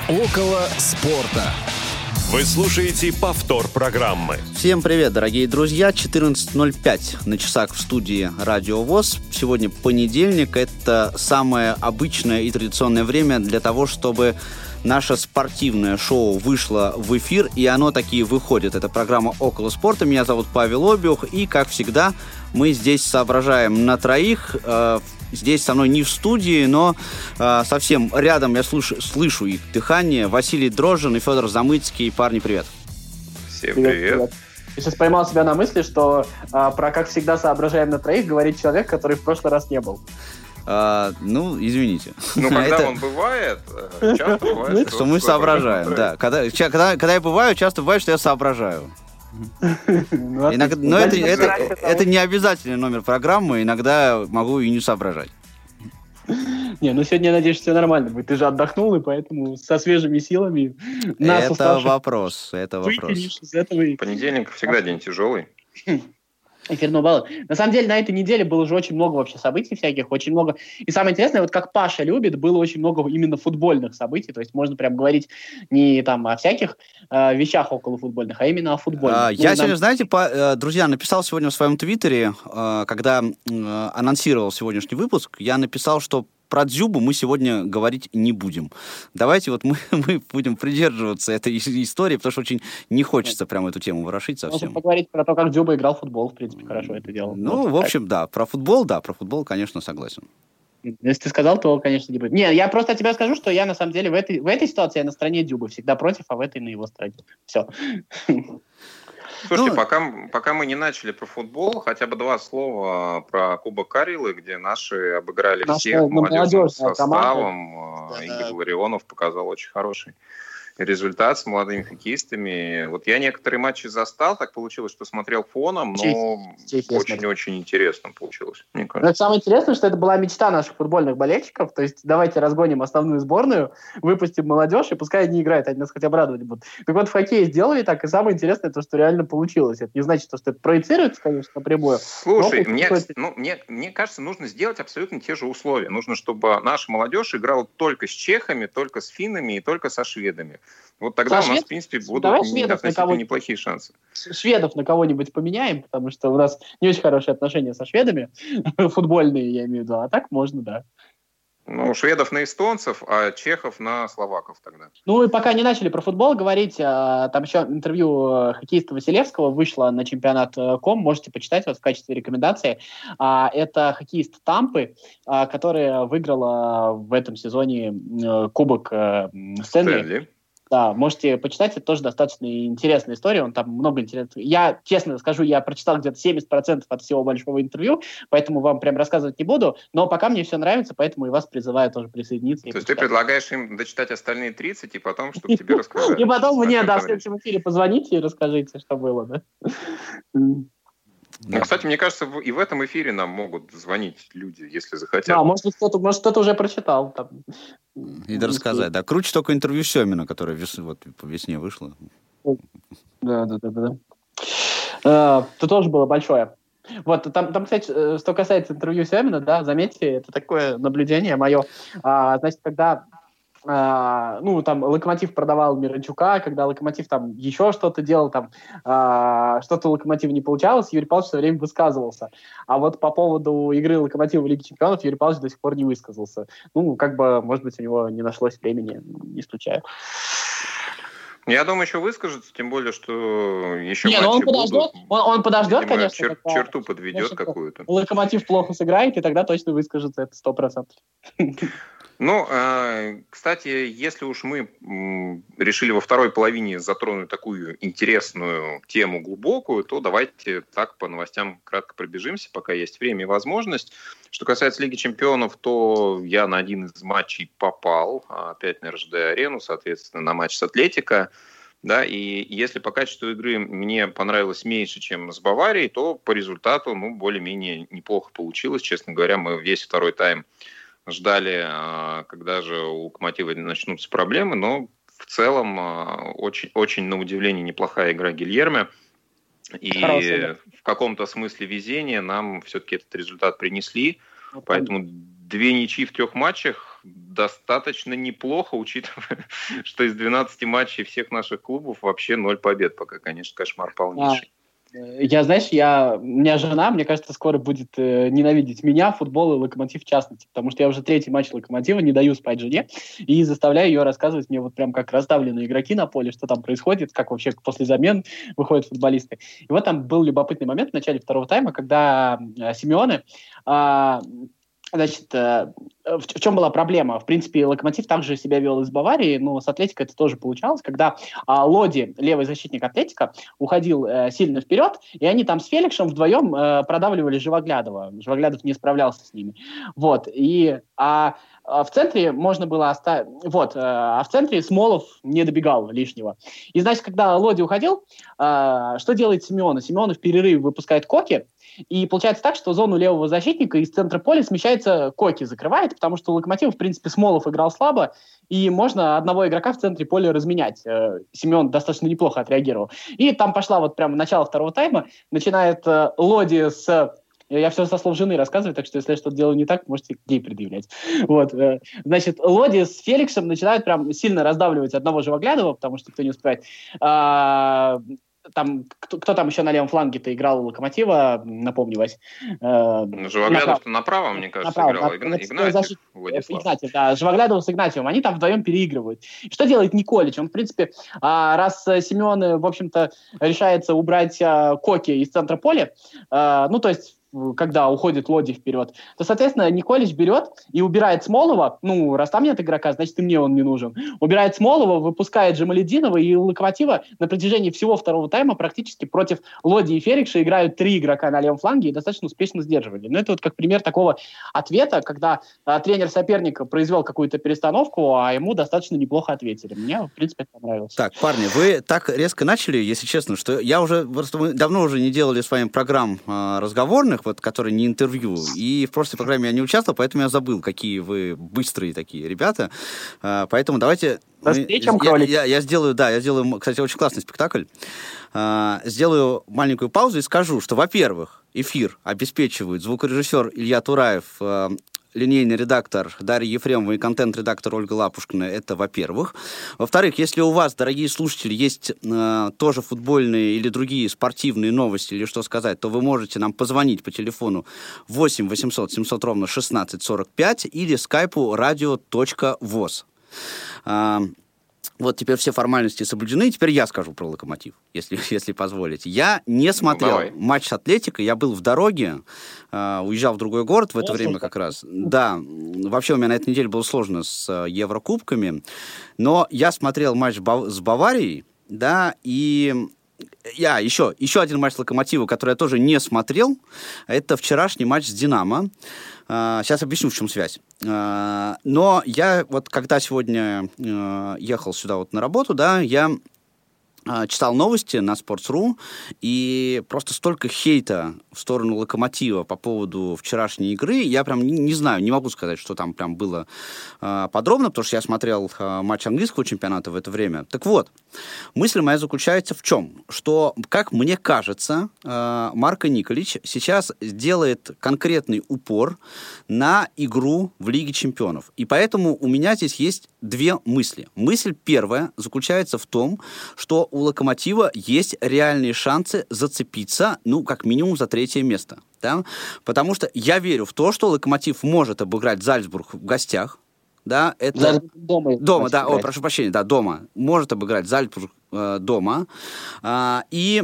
Около спорта. Вы слушаете повтор программы. Всем привет, дорогие друзья. 14:05 на часах в студии Радио ВОС. Сегодня понедельник. Это самое обычное и традиционное время для того, чтобы наше спортивное шоу вышло в эфир, и оно таки выходит. Это программа «Около спорта». Меня зовут Павел Обиух, и, как всегда, мы здесь соображаем на троих. Здесь со мной не в студии, но совсем рядом я слышу их дыхание. Василий Дрожжин и Федор Замыцкий. Парни, привет. Всем привет. Я сейчас поймал себя на мысли, что про «как всегда соображаем на троих» говорит человек, который в прошлый раз не был. Извините. Когда он бывает, часто бывает, что мы соображаем, да. Когда я бываю, часто бывает, что я соображаю. Но это не обязательный номер программы, иногда могу и не соображать. Сегодня, я надеюсь, все нормально будет. Ты же отдохнул, и поэтому со свежими силами нас Это вопрос. Выкинешь из этого. Понедельник всегда день тяжелый. Эфирного балла. На самом деле, на этой неделе было уже очень много вообще событий всяких, очень много. И самое интересное, вот как Паша любит, было очень много именно футбольных событий, то есть можно прям говорить не там о всяких вещах околофутбольных, а именно о футболе. Сегодня, знаете, друзья, написал сегодня в своем твиттере, когда анонсировал сегодняшний выпуск, я написал, что про Дзюбу мы сегодня говорить не будем. Давайте вот мы будем придерживаться этой истории, потому что очень не хочется прям эту тему ворошить совсем. Можно поговорить про то, как Дзюба играл в футбол, в принципе, хорошо это делал. В общем, да, про футбол, конечно, согласен. Если ты сказал, то, конечно, не будет. Не, я просто от тебя скажу, что я, на самом деле, в этой ситуации я на стороне Дзюбы, всегда против, а в этой на его стороне. Все. Слушайте, пока мы не начали про футбол, хотя бы два слова про Кубок Карелы, где наши обыграли всех молодежным составом. Игорь Ларионов показал очень хороший результат с молодыми хоккеистами. Вот я некоторые матчи застал, так получилось, что смотрел фоном, но очень-очень интересно получилось, мне кажется. Но самое интересное, что это была мечта наших футбольных болельщиков, то есть давайте разгоним основную сборную, выпустим молодежь, и пускай они играют, они нас хотя бы радовать будут. Так вот, в хоккее сделали так, и самое интересное то, что реально получилось. Это не значит, что это проецируется, конечно, напрямую. Слушай, мне кажется, нужно сделать абсолютно те же условия. Нужно, чтобы наша молодежь играла только с чехами, только с финнами и только со шведами. Вот тогда у нас, в принципе, будут относительно неплохие шансы. Шведов на кого-нибудь поменяем, потому что у нас не очень хорошие отношения со шведами, футбольные, я имею в виду, а так можно, да. Шведов на эстонцев, а чехов на словаков тогда. И пока не начали про футбол говорить, там еще интервью хоккеиста Василевского вышло на чемпионат.ком, можете почитать вот в качестве рекомендации. Это хоккеист Тампы, которая выиграла в этом сезоне Кубок Стэнли. Да, можете почитать, это тоже достаточно интересная история, он там много интересного. Я, честно скажу, я прочитал где-то 70% от всего большого интервью, поэтому вам прям рассказывать не буду, но пока мне все нравится, поэтому и вас призываю тоже присоединиться. То есть ты предлагаешь им дочитать остальные 30, и потом, чтобы тебе рассказали? И потом мне, в следующем эфире позвоните и расскажите, что было, да? Кстати, мне кажется, и в этом эфире нам могут звонить люди, если захотят. Может, кто-то уже прочитал. И рассказать. Да, круче только интервью Семина, которое по весне вышло. Да. Это тоже было большое. Вот, там, кстати, что касается интервью Семина, да, заметьте, это такое наблюдение мое. Значит, когда там Локомотив продавал Миранчука, когда Локомотив там еще что-то делал, там что-то у Локомотива не получалось, Юрий Павлович все время высказывался. А вот по поводу игры Локомотива в Лиге Чемпионов Юрий Павлович до сих пор не высказался. Может быть, у него не нашлось времени, не исключаю. Я думаю, еще выскажется, тем более, что еще матчи будут. Он подождет, видимо, конечно. Черту подведет какую-то. Локомотив плохо сыграет, и тогда точно выскажется, это 100%. Кстати, если уж мы решили во второй половине затронуть такую интересную тему глубокую, то давайте так по новостям кратко пробежимся, пока есть время и возможность. Что касается Лиги Чемпионов, то я на один из матчей попал, опять на РЖД-арену, соответственно, на матч с Атлетико. Да, и если по качеству игры мне понравилось меньше, чем с Баварией, то по результату, более-менее неплохо получилось. Честно говоря, мы весь второй тайм ждали, когда же у Локомотива начнутся проблемы, но в целом очень, очень на удивление неплохая игра Гильермо. И в каком-то смысле везения нам все-таки этот результат принесли. Поэтому 2 ничьи в 3 матчах, достаточно неплохо, учитывая, что из 12 матчей всех наших клубов вообще 0 побед пока, конечно, кошмар полнейший. У меня жена, мне кажется, скоро будет ненавидеть меня, футбол и Локомотив в частности, потому что я уже 3-й матч Локомотива не даю спать жене и заставляю ее рассказывать мне вот прям как расставленные игроки на поле, что там происходит, как вообще после замен выходят футболисты. И вот там был любопытный момент в начале второго тайма, когда Симеоне... Значит, в чем была проблема? В принципе, Локомотив также себя вел из Баварии, но с Атлетико это тоже получалось, когда Лоди, левый защитник Атлетико, уходил сильно вперед, и они там с Феликсом вдвоем продавливали Живоглядова. Живоглядов не справлялся с ними. Вот. В центре можно было оставить... в центре Смолов не добегал лишнего. И, значит, когда Лоди уходил, что делает Симеоне? Симеоне в перерыве выпускает Коки, и получается так, что зону левого защитника из центра поля смещается Коки, закрывает, потому что у Локомотива, в принципе, Смолов играл слабо, и можно одного игрока в центре поля разменять. Симеон достаточно неплохо отреагировал. И там пошла вот прямо начало второго тайма, начинает Лоди с... Я все со слов жены рассказываю, так что если я что-то делаю не так, можете ей предъявлять. Вот. Значит, Лоди с Феликсом начинают прям сильно раздавливать одного Живоглядова, потому что никто не успевает. Там, кто там еще на левом фланге-то играл у Локомотива, напомню, Вась. Живоглядов-то направо, мне кажется, играл. Игнатьев, да. Живоглядов с Игнатьевым. Они там вдвоем переигрывают. Что делает Николич? Он, в принципе, раз Симеоне, в общем-то, решается убрать Коки из центра поля, то есть когда уходит Лоди вперед, то, соответственно, Николич берет и убирает Смолова. Раз там нет игрока, значит, и мне он не нужен. Убирает Смолова, выпускает Джамалединова, и у Локомотива на протяжении всего второго тайма практически против Лоди и Феликса играют 3 игрока на левом фланге и достаточно успешно сдерживали. Но это вот как пример такого ответа, когда тренер соперника произвел какую-то перестановку, а ему достаточно неплохо ответили. Мне, в принципе, это понравилось. Так, парни, вы так резко начали, если честно, что я уже... Просто мы давно уже не делали с вами программ разговорных, которые не интервью. И в прошлой программе я не участвовал, поэтому я забыл, какие вы быстрые такие ребята. Поэтому давайте... Я сделаю, кстати, очень классный спектакль. Сделаю маленькую паузу и скажу, что, во-первых, эфир обеспечивают звукорежиссер Илья Тураев, линейный редактор Дарья Ефремова и контент-редактор Ольга Лапушкина. Это во-первых. Во-вторых, если у вас, дорогие слушатели, есть тоже футбольные или другие спортивные новости или что сказать, то вы можете нам позвонить по телефону 8 800 700 ровно 1645 или скайпу radio.voz. Вот теперь все формальности соблюдены, теперь я скажу про Локомотив, если позволите. Я не смотрел матч с Атлетико, я был в дороге, уезжал в другой город в это время как раз. Да, вообще у меня на этой неделе было сложно с Еврокубками, но я смотрел матч с Баварией, да, и... Еще один матч Локомотива, который я тоже не смотрел, это вчерашний матч с Динамо. Сейчас объясню, в чем связь. Но я вот когда сегодня ехал сюда вот на работу, да, я читал новости на Sports.ru, и просто столько хейта в сторону Локомотива по поводу вчерашней игры, я прям не знаю, не могу сказать, что там прям было подробно, потому что я смотрел матч английского чемпионата в это время. Так вот, мысль моя заключается в чем? Что, как мне кажется, Марко Николич сейчас делает конкретный упор на игру в Лиге чемпионов. И поэтому у меня здесь есть 2 мысли. Мысль первая заключается в том, что у Локомотива есть реальные шансы зацепиться, как минимум за 3-е место. Да? Потому что я верю в то, что Локомотив может обыграть Зальцбург в гостях. Да, это... Дома, да, прошу прощения, да, дома. Может обыграть Зальцбург дома. И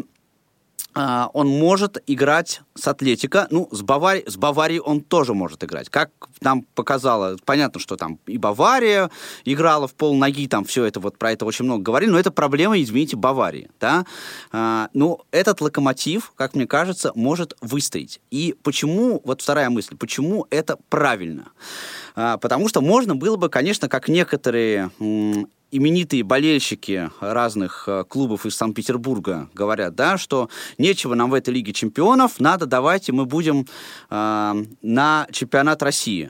он может играть с Атлетико. С Баварией он тоже может играть. Как нам показало, понятно, что там и Бавария играла в полноги, там все это, вот про это очень много говорили, но это проблема, извините, Баварии. Да? Этот Локомотив, как мне кажется, может выстоять. И почему, вот вторая мысль, почему это правильно? Потому что можно было бы, конечно, как некоторые... именитые болельщики разных клубов из Санкт-Петербурга говорят, да, что нечего нам в этой Лиге чемпионов, давайте мы будем на чемпионат России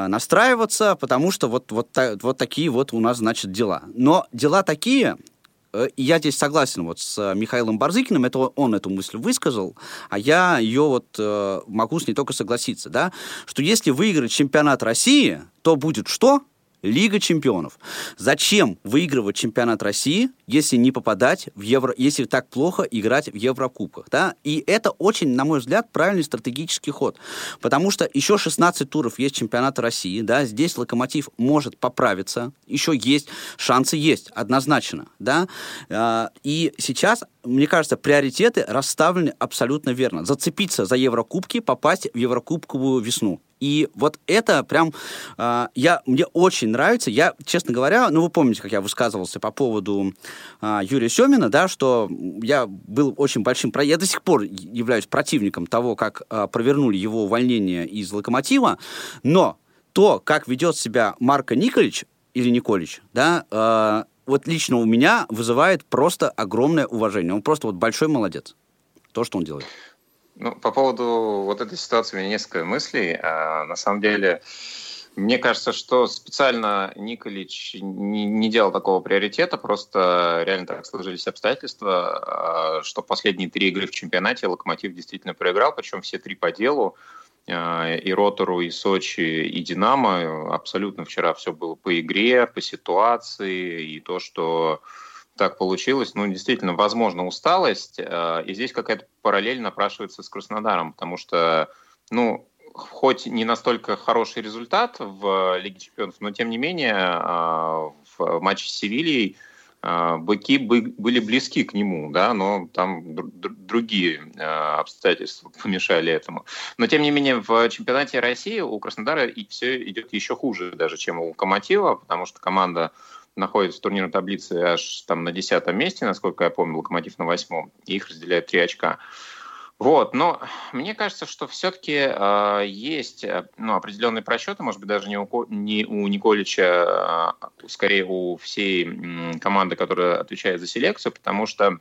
настраиваться, потому что вот такие вот у нас, значит, дела. Но дела такие, я здесь согласен вот с Михаилом Барзыкиным, это он эту мысль высказал, а я ее вот могу с ней только согласиться, да, что если выиграть чемпионат России, то будет что? Лига чемпионов. Зачем выигрывать чемпионат России, если не попадать в если так плохо играть в Еврокубках, да? И это очень, на мой взгляд, правильный стратегический ход, потому что еще 16 туров есть чемпионата России, да, здесь Локомотив может поправиться, еще есть, шансы есть, однозначно, да, и сейчас, мне кажется, приоритеты расставлены абсолютно верно. Зацепиться за Еврокубки, попасть в Еврокубковую весну. И вот это прям мне очень нравится. Я, честно говоря, вы помните, как я высказывался по поводу Юрия Семина, да, что я был очень большим... Я до сих пор являюсь противником того, как провернули его увольнение из «Локомотива», но то, как ведет себя Марко Николич, или Николич, да, вот лично у меня вызывает просто огромное уважение. Он просто вот большой молодец. То, что он делает. По поводу вот этой ситуации у меня несколько мыслей. На самом деле, мне кажется, что специально Николич не делал такого приоритета, просто реально так сложились обстоятельства, что последние 3 игры в чемпионате «Локомотив» действительно проиграл, причем все 3 по делу. И «Ротору», и «Сочи», и «Динамо». Абсолютно вчера все было по игре, по ситуации, и то, что... так получилось. Действительно, возможно, усталость. И здесь какая-то параллель напрашивается с Краснодаром, потому что, хоть не настолько хороший результат в Лиге чемпионов, но, тем не менее, в матче с Севильей быки были близки к нему, да, но там другие обстоятельства помешали этому. Но, тем не менее, в чемпионате России у Краснодара все идет еще хуже даже, чем у «Локомотива», потому что команда находится в турнирной таблице аж там на 10-м месте, насколько я помню, «Локомотив» на 8-м, и их разделяет 3 очка. Вот, но мне кажется, что все-таки есть определенные просчеты, может быть, даже не у Николича, скорее у всей команды, которая отвечает за селекцию, потому что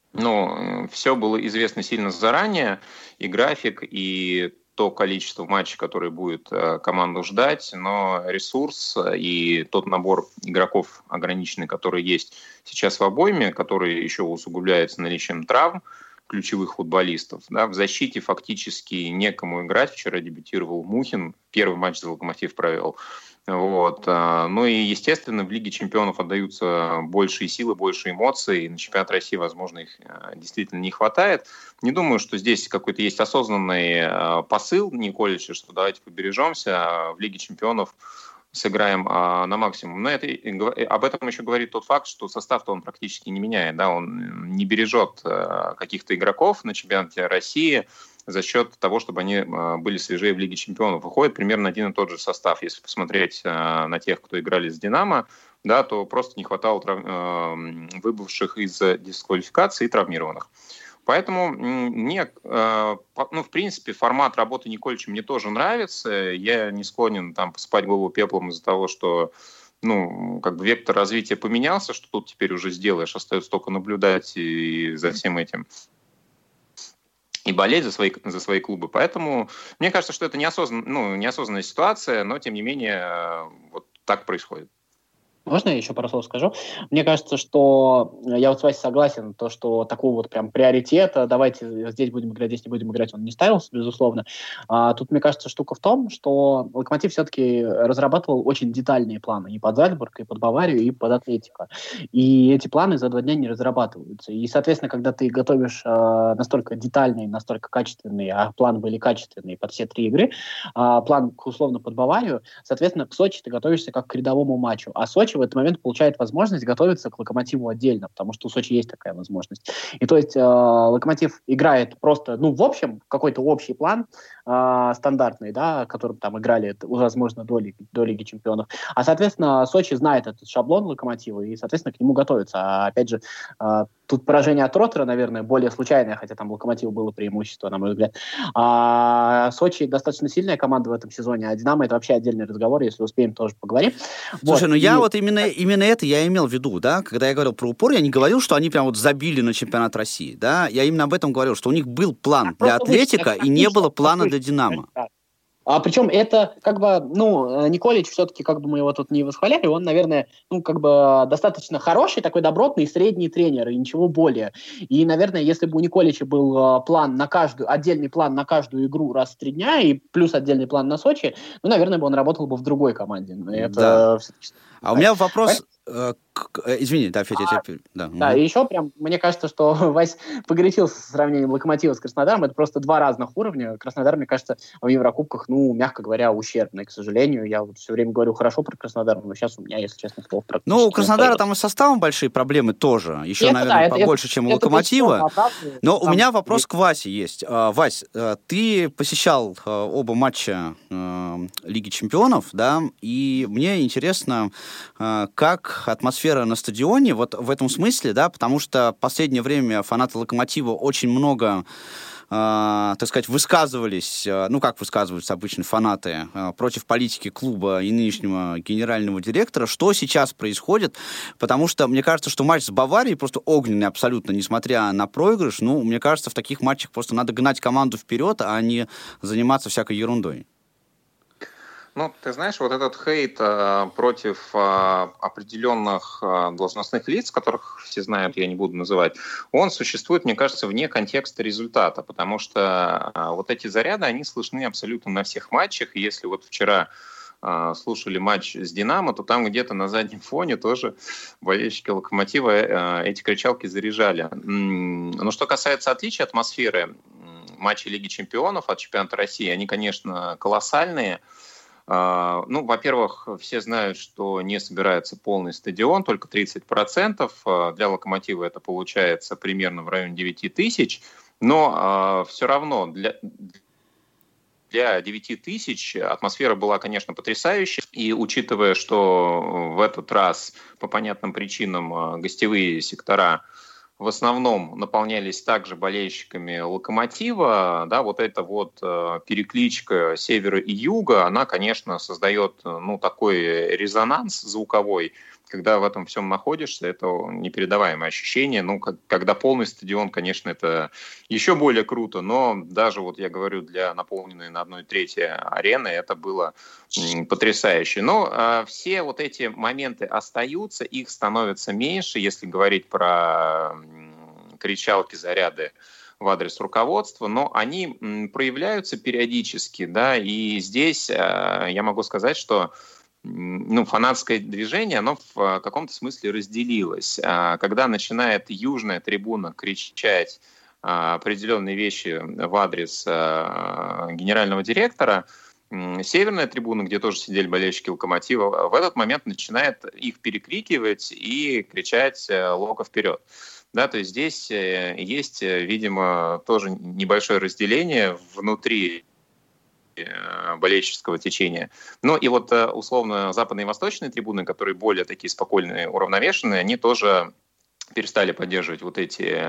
все было известно сильно заранее, и график, и то количество матчей, которые будет команду ждать, но ресурс и тот набор игроков ограниченный, который есть сейчас в обойме, который еще усугубляется наличием травм ключевых футболистов. Да, в защите фактически некому играть. Вчера дебютировал Мухин, первый матч за «Локомотив» провел. Вот. И, естественно, в Лиге чемпионов отдаются большие силы, больше эмоций. И на чемпионат России, возможно, их действительно не хватает. Не думаю, что здесь какой-то есть осознанный посыл Николича, что давайте побережемся, в Лиге чемпионов сыграем на максимум. Но об этом еще говорит тот факт, что состав-то он практически не меняет. Да? Он не бережет каких-то игроков на чемпионате России за счет того, чтобы они были свежее в Лиге чемпионов. Выходит примерно один и тот же состав. Если посмотреть на тех, кто играли с «Динамо», да, то просто не хватало выбывших из дисквалификации и травмированных. Поэтому мне, в принципе, формат работы Николича мне тоже нравится. Я не склонен посыпать голову пеплом из-за того, что вектор развития поменялся, что тут теперь уже сделаешь, остается только наблюдать и за всем этим и болеть за свои клубы. Поэтому мне кажется, что это неосознанная ситуация, но, тем не менее, вот так происходит. Можно я еще пару слов скажу? Мне кажется, что я вот с вами согласен, то, что такого вот прям приоритета, давайте здесь будем играть, здесь не будем играть, он не ставился, безусловно. Тут, мне кажется, штука в том, что «Локомотив» все-таки разрабатывал очень детальные планы и под Зальцбург, и под Баварию, и под Атлетико. И эти планы за 2 дня не разрабатываются. И, соответственно, когда ты готовишь настолько детальные, настолько качественные, а планы были качественные под все 3 игры, план, условно, под Баварию, соответственно, к Сочи ты готовишься как к рядовому матчу. А Сочи в этот момент получает возможность готовиться к «Локомотиву» отдельно, потому что у Сочи есть такая возможность. И то есть «Локомотив» играет просто, в общем, какой-то общий план стандартный, да, которым там играли, возможно, до Лиги чемпионов. А, соответственно, Сочи знает этот шаблон «Локомотива» и, соответственно, к нему готовится. А, опять же, тут поражение от «Ротора», наверное, более случайное, хотя там «Локомотиву» было преимущество, на мой взгляд. А Сочи достаточно сильная команда в этом сезоне, а «Динамо» — это вообще отдельный разговор, если успеем, тоже поговорим. Слушай, я именно это я имел в виду, да, когда я говорил про упор, я не говорил, что они прям вот забили на чемпионат России, да, я именно об этом говорил, что у них был план для «Атлетико» и не было плана для «Динамо». Причем это как бы, Николич все-таки, как бы мы его тут не восхваляли, он, наверное, как бы достаточно хороший, такой добротный средний тренер, и ничего более. И, наверное, если бы у Николича был отдельный план на каждую игру раз в 3 дня, и плюс отдельный план на Сочи, наверное, бы он работал бы в другой команде. Да. У меня вопрос... Извини, да, Федя, Да, и еще прям, мне кажется, что Вась погорячился со сравнением Локомотива с Краснодаром. Это просто 2 разных уровня. Краснодар, мне кажется, в Еврокубках, мягко говоря, ущербный, к сожалению. Я вот все время говорю хорошо про Краснодар, но сейчас у меня, если честно, слов практически у Краснодара там и с составом большие проблемы тоже. Еще, наверное, побольше, чем у Локомотива. Но у меня вопрос к Васе есть. Вась, ты посещал оба матча Лиги Чемпионов, да, и мне интересно, как атмосфера на стадионе, вот в этом смысле, да, потому что в последнее время фанаты Локомотива очень много, так сказать, высказывались, как высказываются обычно фанаты, против политики клуба и нынешнего генерального директора. Что сейчас происходит? Потому что мне кажется, что матч с Баварией просто огненный абсолютно, несмотря на проигрыш. Мне кажется, в таких матчах просто надо гнать команду вперед, а не заниматься всякой ерундой. Ты знаешь, вот этот хейт против определенных должностных лиц, которых все знают, я не буду называть, он существует, мне кажется, вне контекста результата, потому что вот эти заряды, они слышны абсолютно на всех матчах. И если вот вчера слушали матч с «Динамо», то там где-то на заднем фоне тоже болельщики «Локомотива» эти кричалки заряжали. Но что касается отличия атмосферы матчей Лиги Чемпионов от чемпионата России, они, конечно, колоссальные. Во-первых, все знают, что не собирается полный стадион, только 30%. Для «Локомотива» это получается примерно в районе 9 тысяч. Но все равно для 9 тысяч атмосфера была, конечно, потрясающей. И учитывая, что в этот раз по понятным причинам гостевые сектора в основном наполнялись также болельщиками «Локомотива», да, вот эта вот перекличка севера и юга, она, конечно, создает, такой резонанс звуковой. Когда в этом всем находишься, это непередаваемое ощущение. Когда полный стадион, конечно, это еще более круто, но даже, вот я говорю, для наполненной на 1/3 арены это было потрясающе. Но все вот эти моменты остаются, их становится меньше, если говорить про кричалки, заряды в адрес руководства, но они проявляются периодически, да, и здесь я могу сказать, что фанатское движение, оно в каком-то смысле разделилось. Когда начинает южная трибуна кричать определенные вещи в адрес генерального директора, северная трибуна, где тоже сидели болельщики «Локомотива», в этот момент начинает их перекрикивать и кричать «Локо вперед!». Да, то есть здесь есть, видимо, тоже небольшое разделение внутри болельческого течения. И вот условно западные и восточные трибуны, которые более такие спокойные, уравновешенные, они тоже перестали поддерживать вот эти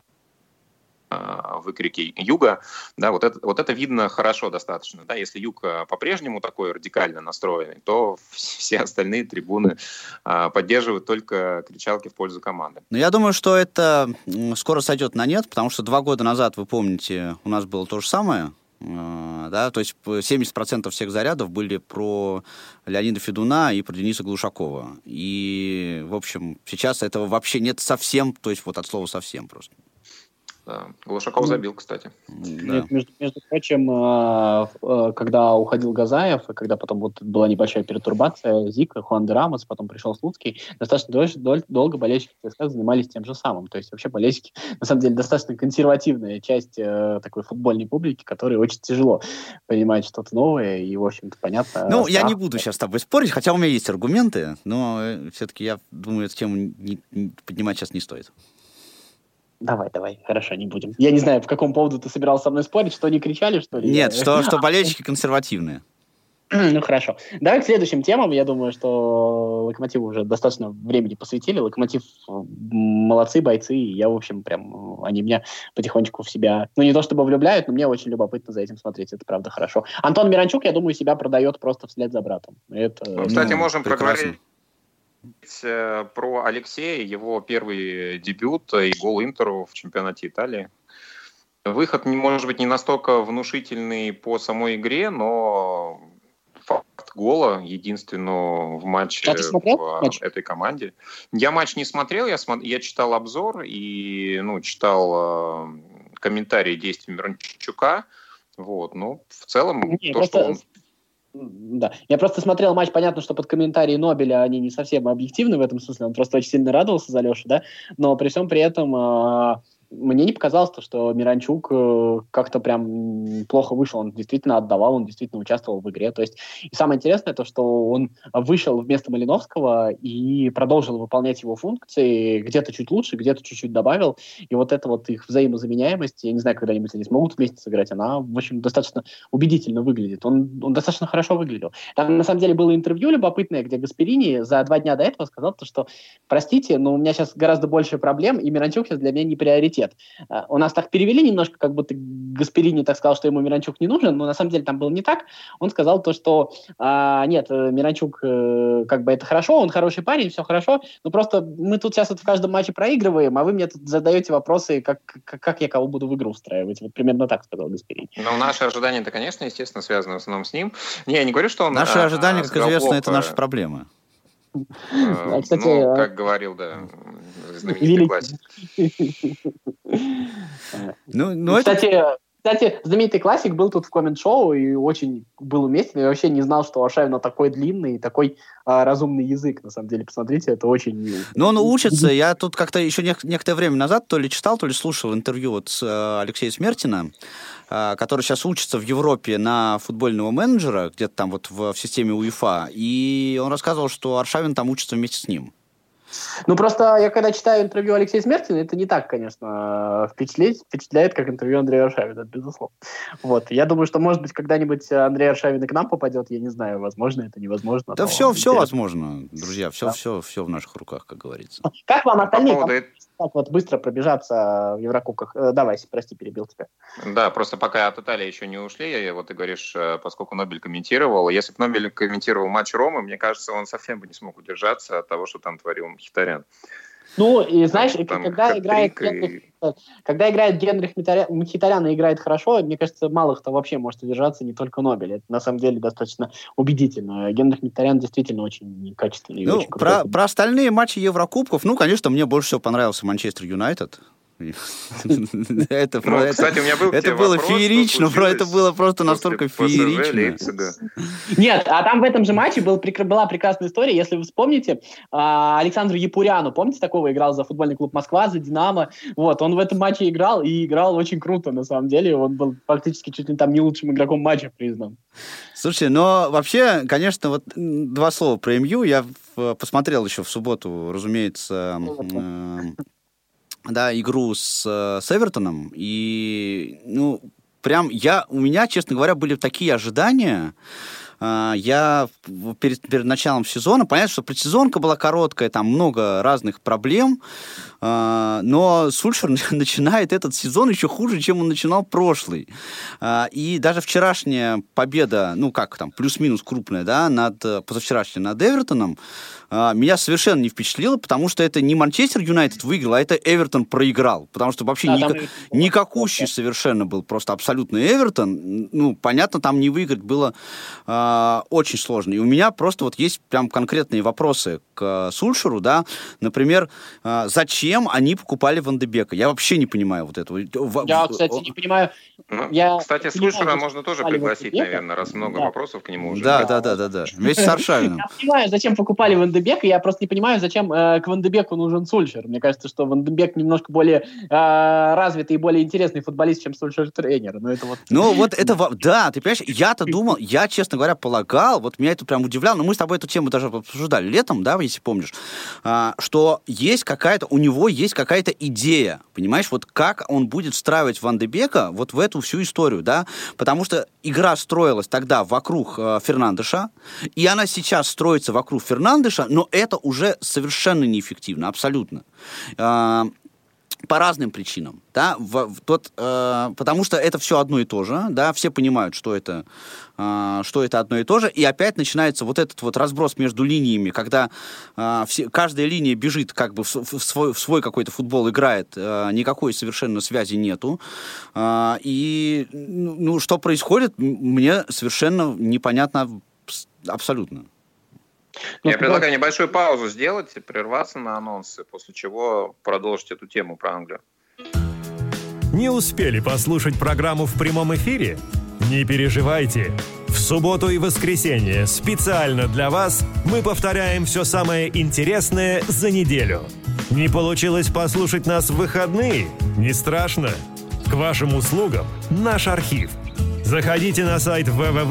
выкрики юга. Да, вот это видно хорошо достаточно. Да, если юг по-прежнему такой радикально настроенный, то все остальные трибуны поддерживают только кричалки в пользу команды. Я думаю, что это скоро сойдет на нет, потому что 2 года назад, вы помните, у нас было то же самое. Да, то есть 70% всех зарядов были про Леонида Федуна и про Дениса Глушакова. И, в общем, сейчас этого вообще нет совсем, то есть вот от слова совсем просто. Да. Глушаков забил, кстати. Да. Между прочим, когда уходил Газаев, и когда потом вот была небольшая пертурбация, Зика, Хуан де Рамос, потом пришел Слуцкий, достаточно долго болельщики ЦСКА занимались тем же самым. То есть вообще болельщики, на самом деле, достаточно консервативная часть такой футбольной публики, которой очень тяжело понимать что-то новое, и, в общем-то, понятно. Я не буду сейчас с тобой спорить, хотя у меня есть аргументы, но все-таки я думаю, эту тему поднимать сейчас не стоит. Давай, хорошо, не будем. Я не знаю, по какому поводу ты собирался со мной спорить, что они кричали, что ли? Нет, что болельщики консервативные. Хорошо. Давай к следующим темам. Я думаю, что Локомотиву уже достаточно времени посвятили. Локомотив молодцы, бойцы. И я, в общем, прям, они меня потихонечку в себя, не то чтобы влюбляют, но мне очень любопытно за этим смотреть. Это правда хорошо. Антон Миранчук, я думаю, себя продает просто вслед за братом. Кстати, можем проговорить про Алексея, его первый дебют и гол Интеру в чемпионате Италии. Выход, может быть, не настолько внушительный по самой игре, но факт гола единственного в матче в этой команде. Я матч не смотрел, я читал обзор и читал комментарии действий Миранчука. Вот, в целом Да. Я просто смотрел матч, понятно, что под комментарии Нобеля они не совсем объективны в этом смысле, он просто очень сильно радовался за Лешу, да, но при всем при этом мне не показалось, что Миранчук как-то прям плохо вышел, он действительно отдавал, он действительно участвовал в игре, то есть и самое интересное то, что он вышел вместо Малиновского и продолжил выполнять его функции, где-то чуть лучше, где-то чуть-чуть добавил, и вот эта вот их взаимозаменяемость, я не знаю, когда-нибудь они смогут вместе сыграть, она, в общем, достаточно убедительно выглядит, он достаточно хорошо выглядел. Там, на самом деле, было интервью любопытное, где Гасперини за 2 дня до этого сказал, что, простите, но у меня сейчас гораздо больше проблем, и Миранчук сейчас для меня не приоритет. У нас так перевели немножко, как будто Гасперини так сказал, что ему Миранчук не нужен, но на самом деле там было не так. Он сказал то, что нет, Миранчук как бы это хорошо, он хороший парень, все хорошо, но просто мы тут сейчас в каждом матче проигрываем, а вы мне тут задаете вопросы, как я кого буду в игру устраивать. Вот примерно так сказал Гасперини. Ну, наши ожидания-то, конечно, естественно, связаны в основном с ним. Не, я не говорю, что он... Наши ожидания, как известно, это наши проблемы. Кстати, как говорил, знаменитый классик. Кстати, знаменитый классик был тут в коммент-шоу и очень был уместен. Я вообще не знал, что у Аршавина такой длинный и такой разумный язык, на самом деле. Посмотрите, это очень... Но он учится. Я тут как-то еще некоторое время назад то ли читал, то ли слушал интервью с Алексеем Смертиным, который сейчас учится в Европе на футбольного менеджера, где-то там вот в системе УЕФА, и он рассказывал, что Аршавин там учится вместе с ним. Ну, просто я когда читаю интервью Алексея Смертина, это не так, конечно, впечатляет, как интервью Андрея Аршавина, безусловно. Вот. Я думаю, что, может быть, когда-нибудь Андрей Аршавин к нам попадет, я не знаю, возможно это, невозможно. Да все возможно, друзья, все в наших руках, как говорится. Как вам остальные... Так вот, быстро пробежаться в Еврокубках. Давай, прости, перебил тебя. Да, просто пока от Италии еще не ушли, вот ты говоришь, поскольку Нобель комментировал, если бы Нобель комментировал матч Ромы, мне кажется, он совсем бы не смог удержаться от того, что там творил Мхитарян. Ну, и знаешь, когда играет Генрих Мхитарян и играет хорошо, мне кажется, мало кто вообще может удержаться, не только Нобель. Это на самом деле достаточно убедительно. Генрих Мхитарян действительно очень качественный. Ну, очень крутой. Про остальные матчи Еврокубков, конечно, мне больше всего понравился Манчестер Юнайтед. Кстати, у меня был это было феерично, это было просто настолько феерично. Нет, а там в этом же матче была прекрасная история, если вы вспомните, Александру Япуряну, помните такого, играл за футбольный клуб Москва, за Динамо, вот, он в этом матче играл, и играл очень круто, на самом деле, он был практически чуть ли там не лучшим игроком матча признан. Слушай, но вообще, конечно, вот 2 слова про МЮ, я посмотрел еще в субботу, разумеется, игру с Эвертоном, и, у меня, честно говоря, были такие ожидания. Я перед началом сезона, понятно, что предсезонка была короткая, там много разных проблем, но Сульшер начинает этот сезон еще хуже, чем он начинал прошлый. И даже вчерашняя победа, плюс-минус крупная, позавчерашняя над Эвертоном, меня совершенно не впечатлило, потому что это не Манчестер Юнайтед выиграл, а это Эвертон проиграл. Потому что вообще никакущий совершенно был, просто абсолютно Эвертон. Понятно, там не выиграть было очень сложно. И у меня просто вот есть прям конкретные вопросы к Сульшеру, например, зачем они покупали Ван де Бека? Я вообще не понимаю вот этого. Я, кстати, не понимаю. Кстати, Сульшера можно тоже пригласить, наверное, раз много вопросов к нему уже. Да. Вместе с Аршавиным. Я понимаю, зачем покупали Ван де Бека, я просто не понимаю, зачем к Ван де Беку нужен Сульшер. Мне кажется, что Ван де Бек немножко более развитый и более интересный футболист, чем Сульшер тренер. Да, ты понимаешь, я-то думал, честно говоря, полагал, вот меня это прям удивляло, но мы с тобой эту тему даже обсуждали летом, если помнишь, что у него есть какая-то идея, понимаешь, вот как он будет встраивать Ван де Бека вот в эту всю историю, потому что игра строилась тогда вокруг Фернандеша, и она сейчас строится вокруг Фернандеша, но это уже совершенно неэффективно, абсолютно. по разным причинам, да, потому что это все одно и то же, да, все понимают, что это одно и то же, и опять начинается вот этот вот разброс между линиями, когда каждая линия бежит как бы в свой какой-то футбол, играет, никакой совершенно связи нету, и что происходит, мне совершенно непонятно абсолютно. Я предлагаю небольшую паузу сделать, прерваться на анонсы, после чего продолжить эту тему про Англию. Не успели послушать программу в прямом эфире? Не переживайте. В субботу и воскресенье специально для вас мы повторяем все самое интересное за неделю. Не получилось послушать нас в выходные? Не страшно. К вашим услугам наш архив. Заходите на сайт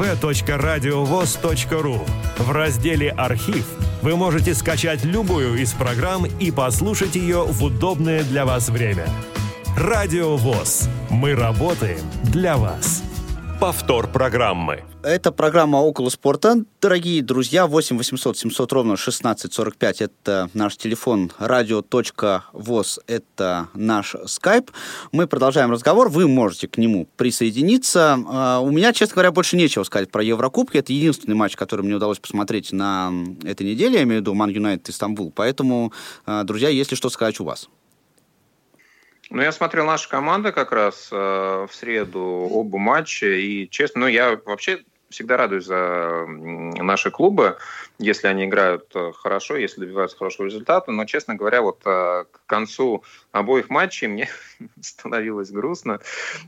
www.radiovoz.ru. В разделе «Архив» вы можете скачать любую из программ и послушать ее в удобное для вас время. Радио ВОС. Мы работаем для вас. Повтор программы. Это программа «Около спорта». Дорогие друзья, 8 800 700 ровно 1645 – это наш телефон, radio.voz – это наш скайп. Мы продолжаем разговор, вы можете к нему присоединиться. У меня, честно говоря, больше нечего сказать про Еврокубки. Это единственный матч, который мне удалось посмотреть на этой неделе, я имею в виду Ман Юнайтед Истанбул. Поэтому, друзья, если что сказать у вас. Я смотрел наши команды как раз в среду, оба матча, и, честно, я вообще всегда радуюсь за наши клубы, если они играют хорошо, если добиваются хорошего результата, но, честно говоря, к концу обоих матчей мне становилось грустно,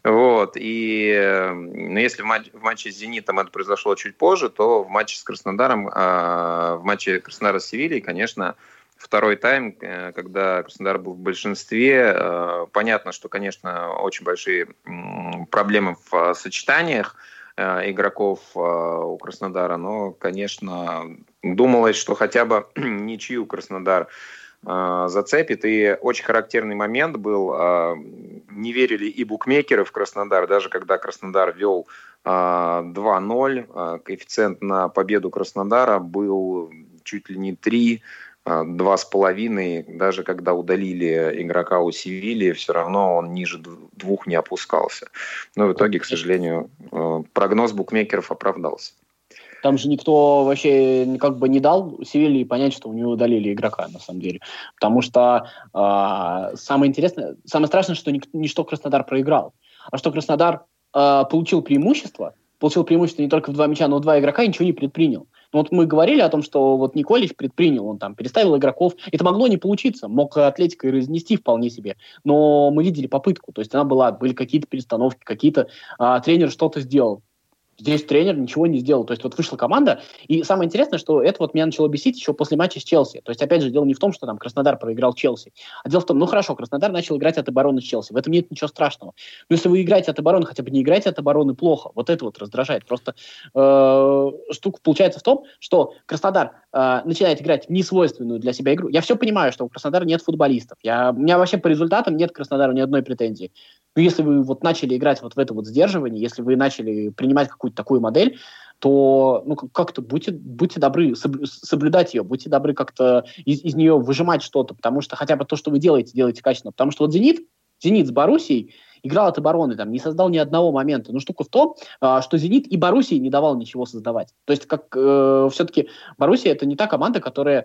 и если в матче с «Зенитом» это произошло чуть позже, то в матче с Краснодаром, в матче Краснодара с Севильей, конечно, второй тайм, когда Краснодар был в большинстве, понятно, что, конечно, очень большие проблемы в сочетаниях игроков у Краснодара, но, конечно, думалось, что хотя бы ничью Краснодар зацепит. И очень характерный момент был, не верили и букмекеры в Краснодар, даже когда Краснодар вел 2-0, коэффициент на победу Краснодара был чуть ли не 3, 2,5, даже когда удалили игрока у Севильи, все равно он ниже 2 не опускался. Но в итоге, к сожалению, прогноз букмекеров оправдался. Там же никто вообще не дал Севильи понять, что у него удалили игрока, на самом деле. Потому что самое страшное, что не что Краснодар проиграл, а что Краснодар получил преимущество не только в 2 мяча, но в 2 игрока и ничего не предпринял. Мы говорили о том, что Николич предпринял, он там переставил игроков. Это могло не получиться, мог Атлетико и разнести вполне себе. Но мы видели попытку, то есть были какие-то перестановки, тренер что-то сделал. Здесь тренер ничего не сделал. То есть вышла команда, и самое интересное, что это меня начало бесить еще после матча с Челси. То есть, опять же, дело не в том, что там Краснодар проиграл Челси, а дело в том, хорошо, Краснодар начал играть от обороны с Челси. В этом нет ничего страшного. Но если вы играете от обороны, хотя бы не играете от обороны плохо. Это раздражает. Просто штука получается в том, что Краснодар начинает играть в несвойственную для себя игру. Я все понимаю, что у Краснодара нет футболистов. У меня вообще по результатам нет к Краснодару ни одной претензии. Но если вы начали играть в это сдерживание, если вы начали принимать какую-то такую модель, то как-то будьте добры соблюдать ее, будьте добры как-то из нее выжимать что-то, потому что хотя бы то, что вы делаете качественно. Потому что «Зенит» с Боруссией играл от обороны, не создал ни одного момента. Но штука в том, что «Зенит» и Боруссии не давал ничего создавать. То есть все-таки Боруссия — это не та команда, которая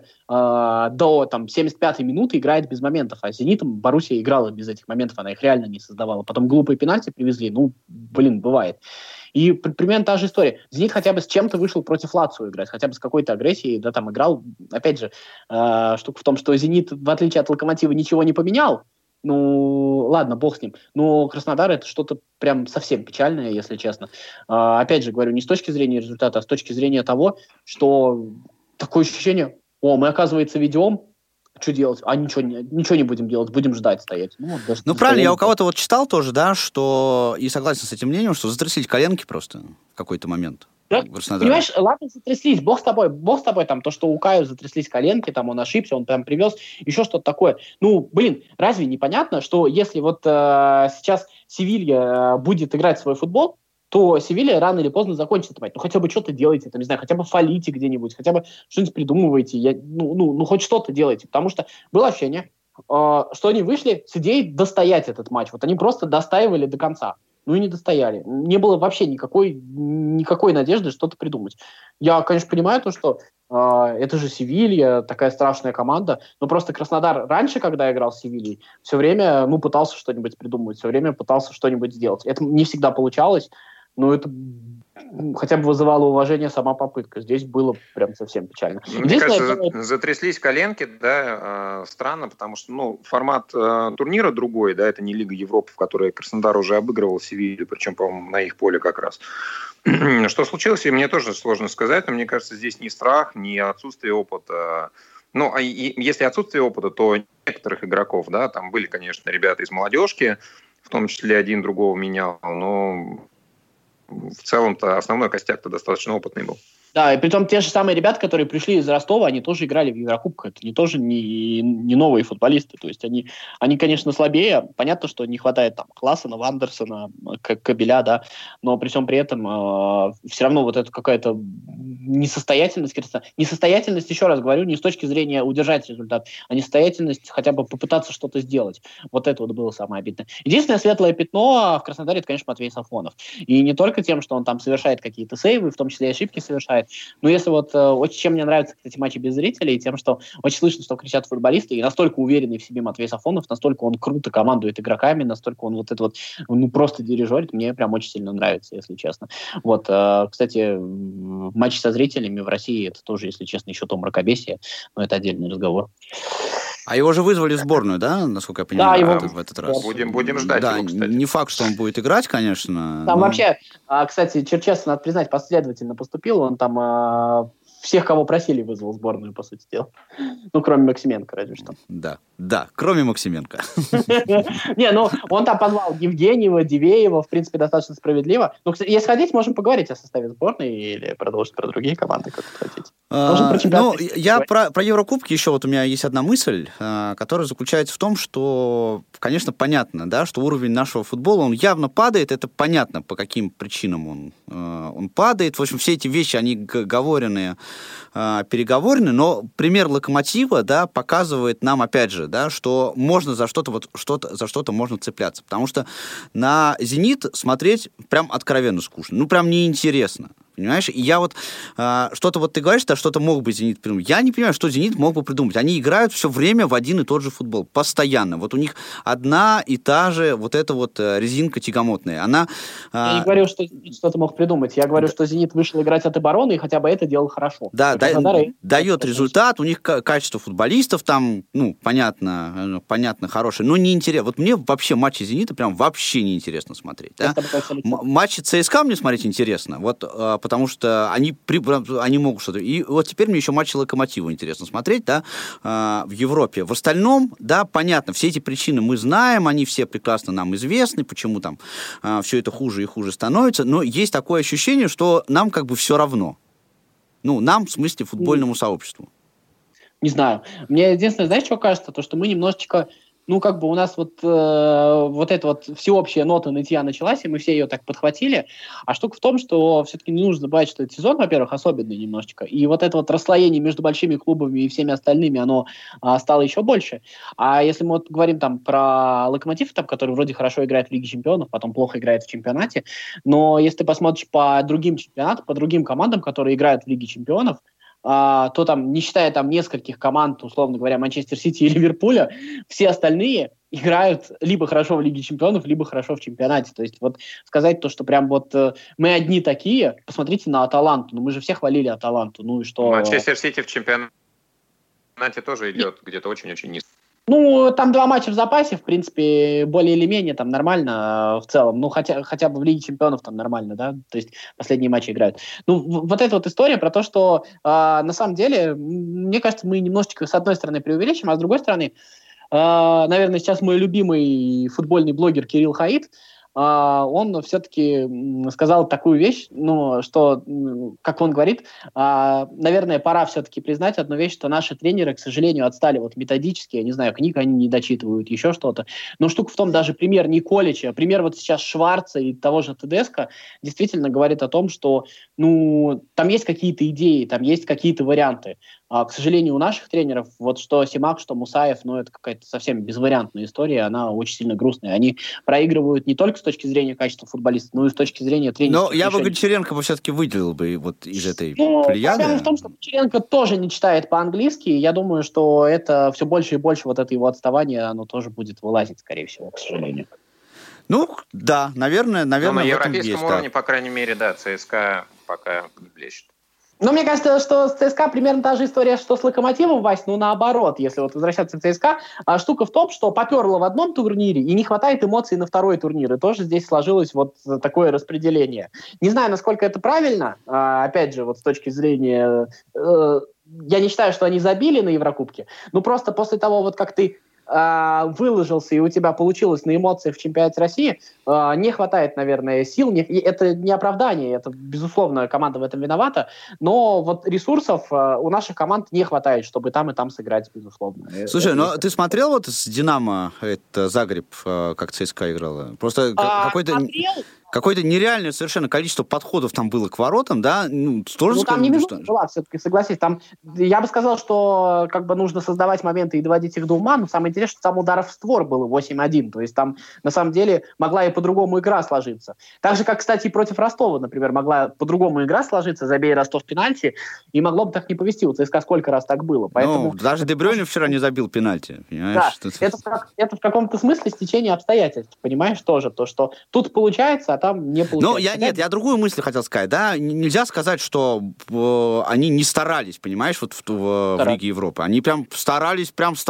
до 75-й минуты играет без моментов, а с «Зенитом» Боруссия играла без этих моментов, она их реально не создавала. Потом глупые пенальти привезли, бывает. И примерно та же история. «Зенит» хотя бы с чем-то вышел против Лацио играть, хотя бы с какой-то агрессией, играл. Опять же, штука в том, что «Зенит», в отличие от «Локомотива», ничего не поменял. Ладно, бог с ним. Но Краснодар — это что-то прям совсем печальное, если честно. Опять же, говорю, не с точки зрения результата, а с точки зрения того, что такое ощущение, мы, оказывается, ведем, что делать? А ничего не будем делать, будем ждать, стоять. Правильно, я у кого-то читал тоже, да, что, и согласен с этим мнением, что затряслись коленки просто в какой-то момент. Да? Понимаешь, ладно, затряслись, бог с тобой, то, что у Каю затряслись коленки, он ошибся, он прям привез еще что-то такое. Разве непонятно, что если сейчас Севилья будет играть свой футбол, то Севилья рано или поздно закончит это матч. Хотя бы что-то делайте, хотя бы фалите где-нибудь, хотя бы что-нибудь придумывайте, хоть что-то делайте, потому что было ощущение, что они вышли с идеей достоять этот матч. Вот они просто достаивали до конца. Ну и не достояли. Не было вообще никакой надежды что-то придумать. Я, конечно, понимаю то, что это же Севилья, такая страшная команда, но просто Краснодар раньше, когда играл с Севильей, все время пытался что-нибудь придумать, все время пытался что-нибудь сделать. Это не всегда получалось, но это хотя бы вызывало уважение сама попытка. Здесь было прям совсем печально. Мне кажется, затряслись коленки, да, странно, потому что, формат турнира другой, да, это не Лига Европы, в которой Краснодар уже обыгрывал Севилью, причем, по-моему, на их поле как раз. Что случилось, мне тоже сложно сказать, но мне кажется, здесь ни страх, ни отсутствие опыта. Если отсутствие опыта, то некоторых игроков, да, там были, конечно, ребята из молодежки, в том числе один другого менял, но в целом-то основной костяк-то достаточно опытный был. Да, и притом те же самые ребята, которые пришли из Ростова, они тоже играли в Еврокубках. Это тоже не новые футболисты. То есть они, конечно, слабее. Понятно, что не хватает там Классена, Вандерсона, Кабеля, да, но при всем при этом все равно вот это какая-то несостоятельность. Несостоятельность, еще раз говорю, не с точки зрения удержать результат, а несостоятельность хотя бы попытаться что-то сделать. Вот это вот было самое обидное. Единственное светлое пятно в Краснодаре, это, конечно, Матвей Сафонов. И не только тем, что он там совершает какие-то сейвы, в том числе и ошибки совершает. Но если чем мне нравятся, кстати, матчи без зрителей, тем, что очень слышно, что кричат футболисты, и настолько уверенный в себе Матвей Сафонов, настолько он круто командует игроками, настолько он просто дирижерит, мне прям очень сильно нравится, если честно. Вот, кстати, матчи со зрителями в России, это тоже, если честно, еще то мракобесие, но это отдельный разговор. А его же вызвали в сборную, да, насколько я понимаю, да, в этот раз? Будем ждать его, кстати. Не факт, что он будет играть, конечно. Там вообще, кстати, Черчесов, надо признать, последовательно поступил. Он там всех, кого просили, вызвал в сборную, по сути дела. Кроме Максименко, разве что. Да, кроме Максименко. Не, он там позвал Евгеньева, Дивеева, в принципе, достаточно справедливо. Если хотите, можем поговорить о составе сборной или продолжить про другие команды, как хотите. Я про Еврокубки еще, у меня есть одна мысль, которая заключается в том, что, конечно, понятно, да, что уровень нашего футбола, он явно падает, это понятно, по каким причинам он падает. В общем, все эти вещи, они переговоренные, но пример Локомотива, да, показывает нам, опять же, да, что можно за что-то можно цепляться, потому что на «Зенит» смотреть прям откровенно скучно, прям неинтересно. Понимаешь? И я что-то ты говоришь, да, что-то мог бы «Зенит» придумать. Я не понимаю, что «Зенит» мог бы придумать. Они играют все время в один и тот же футбол. Постоянно. Вот у них одна и та же эта резинка тягомотная. Я не говорю, что что-то мог придумать. Я говорю, что «Зенит» вышел играть от обороны, и хотя бы это делал хорошо. Да, дает результат. У них качество футболистов там, понятно, хорошее, но неинтересно. Вот мне вообще матчи «Зенита» прям вообще неинтересно смотреть. Да? Матчи ЦСКА мне смотреть интересно. Потому что они могут что-то. И вот теперь мне еще матчи Локомотива интересно смотреть, да, в Европе. В остальном, да, понятно, все эти причины мы знаем, они все прекрасно нам известны, почему там все это хуже и хуже становится, но есть такое ощущение, что нам как бы все равно. Нам, в смысле, футбольному сообществу. Не знаю. Мне единственное, знаешь, что кажется? То, что мы немножечко... у нас эта всеобщая нота нытья началась, и мы все ее так подхватили. А штука в том, что все-таки не нужно забывать, что этот сезон, во-первых, особенный немножечко. И это расслоение между большими клубами и всеми остальными, оно стало еще больше. А если мы говорим там про Локомотив, который вроде хорошо играет в Лиге Чемпионов, потом плохо играет в чемпионате, но если ты посмотришь по другим чемпионатам, по другим командам, которые играют в Лиге Чемпионов, то там, не считая там нескольких команд, условно говоря, Манчестер Сити и Ливерпуля, все остальные играют либо хорошо в Лиге Чемпионов, либо хорошо в чемпионате. То есть сказать то, что прям мы одни такие, посмотрите на Аталанту, мы же все хвалили Аталанту, и что... Манчестер Сити в чемпионате тоже идет где-то очень-очень низко. Там 2 матча в запасе, в принципе, более или менее там нормально в целом. Хотя бы в Лиге Чемпионов там нормально, да, то есть последние матчи играют. Эта история про то, что на самом деле, мне кажется, мы немножечко с одной стороны преувеличим, а с другой стороны, наверное, сейчас мой любимый футбольный блогер Кирилл Хаид, он все-таки сказал такую вещь, что, как он говорит, наверное, пора все-таки признать одну вещь, что наши тренеры, к сожалению, отстали методически, я не знаю, книг они не дочитывают, еще что-то. Но штука в том, даже пример Николича, пример сейчас Шварца и того же Тедеско действительно говорит о том, что, там есть какие-то идеи, там есть какие-то варианты. к сожалению, у наших тренеров, вот что Симак, что Мусаев, ну, это какая-то совсем безвариантная история, она очень сильно грустная. Они проигрывают не только с точки зрения качества футболистов, но и с точки зрения тренерских решений. Но я бы Гончаренко все-таки выделил бы вот из этой плеяды. Проблема в том, что Гончаренко тоже не читает по-английски, и я думаю, что это все больше и больше вот это его отставание, оно тоже будет вылазить, скорее всего, к сожалению. Ну, да, наверное, но на в этом европейском есть, уровне, по крайней мере, да, ЦСКА пока не блещет. Ну, мне кажется, что с ЦСКА примерно та же история, что с Локомотивом, Вась, ну, наоборот, если вот возвращаться к ЦСКА, штука в том, что поперло в одном турнире, и не хватает эмоций на второй турнир, и тоже здесь сложилось вот такое распределение. Не знаю, насколько это правильно, опять же, вот с точки зрения... Я не считаю, что они забили на Еврокубке, но просто после того, вот как ты выложился, и у тебя получилось на эмоциях в чемпионате России, не хватает, наверное, сил. Это не оправдание, это, безусловно, команда в этом виновата, но вот ресурсов у наших команд не хватает, чтобы там и там сыграть, безусловно. Слушай, но ты смотрел вот с «Динамо» это Загреб, как ЦСКА играла? Просто какое-то нереальное совершенно количество подходов там было к воротам, да? Ну, тоже там не минута была, все-таки, согласись. Там, я бы сказал, что как бы нужно создавать моменты и доводить их до ума, но самое интересное, что там ударов в створ было 8-1, то есть там, на самом деле, могла и по-другому игра сложиться. Так же, как, кстати, и против Ростова, например, могла по-другому игра сложиться, забей Ростов пенальти, и могло бы так не повести. У ЦСКА сколько раз так было. Поэтому... Ну, даже Де Брюйне вчера не забил пенальти, понимаешь? Да, это в каком-то смысле стечение обстоятельств, понимаешь, тоже, то, что тут получается, а там не получается. Ну, я другую мысль хотел сказать, да, нельзя сказать, что они не старались, понимаешь, вот в Лиге Европы. Они прям старались.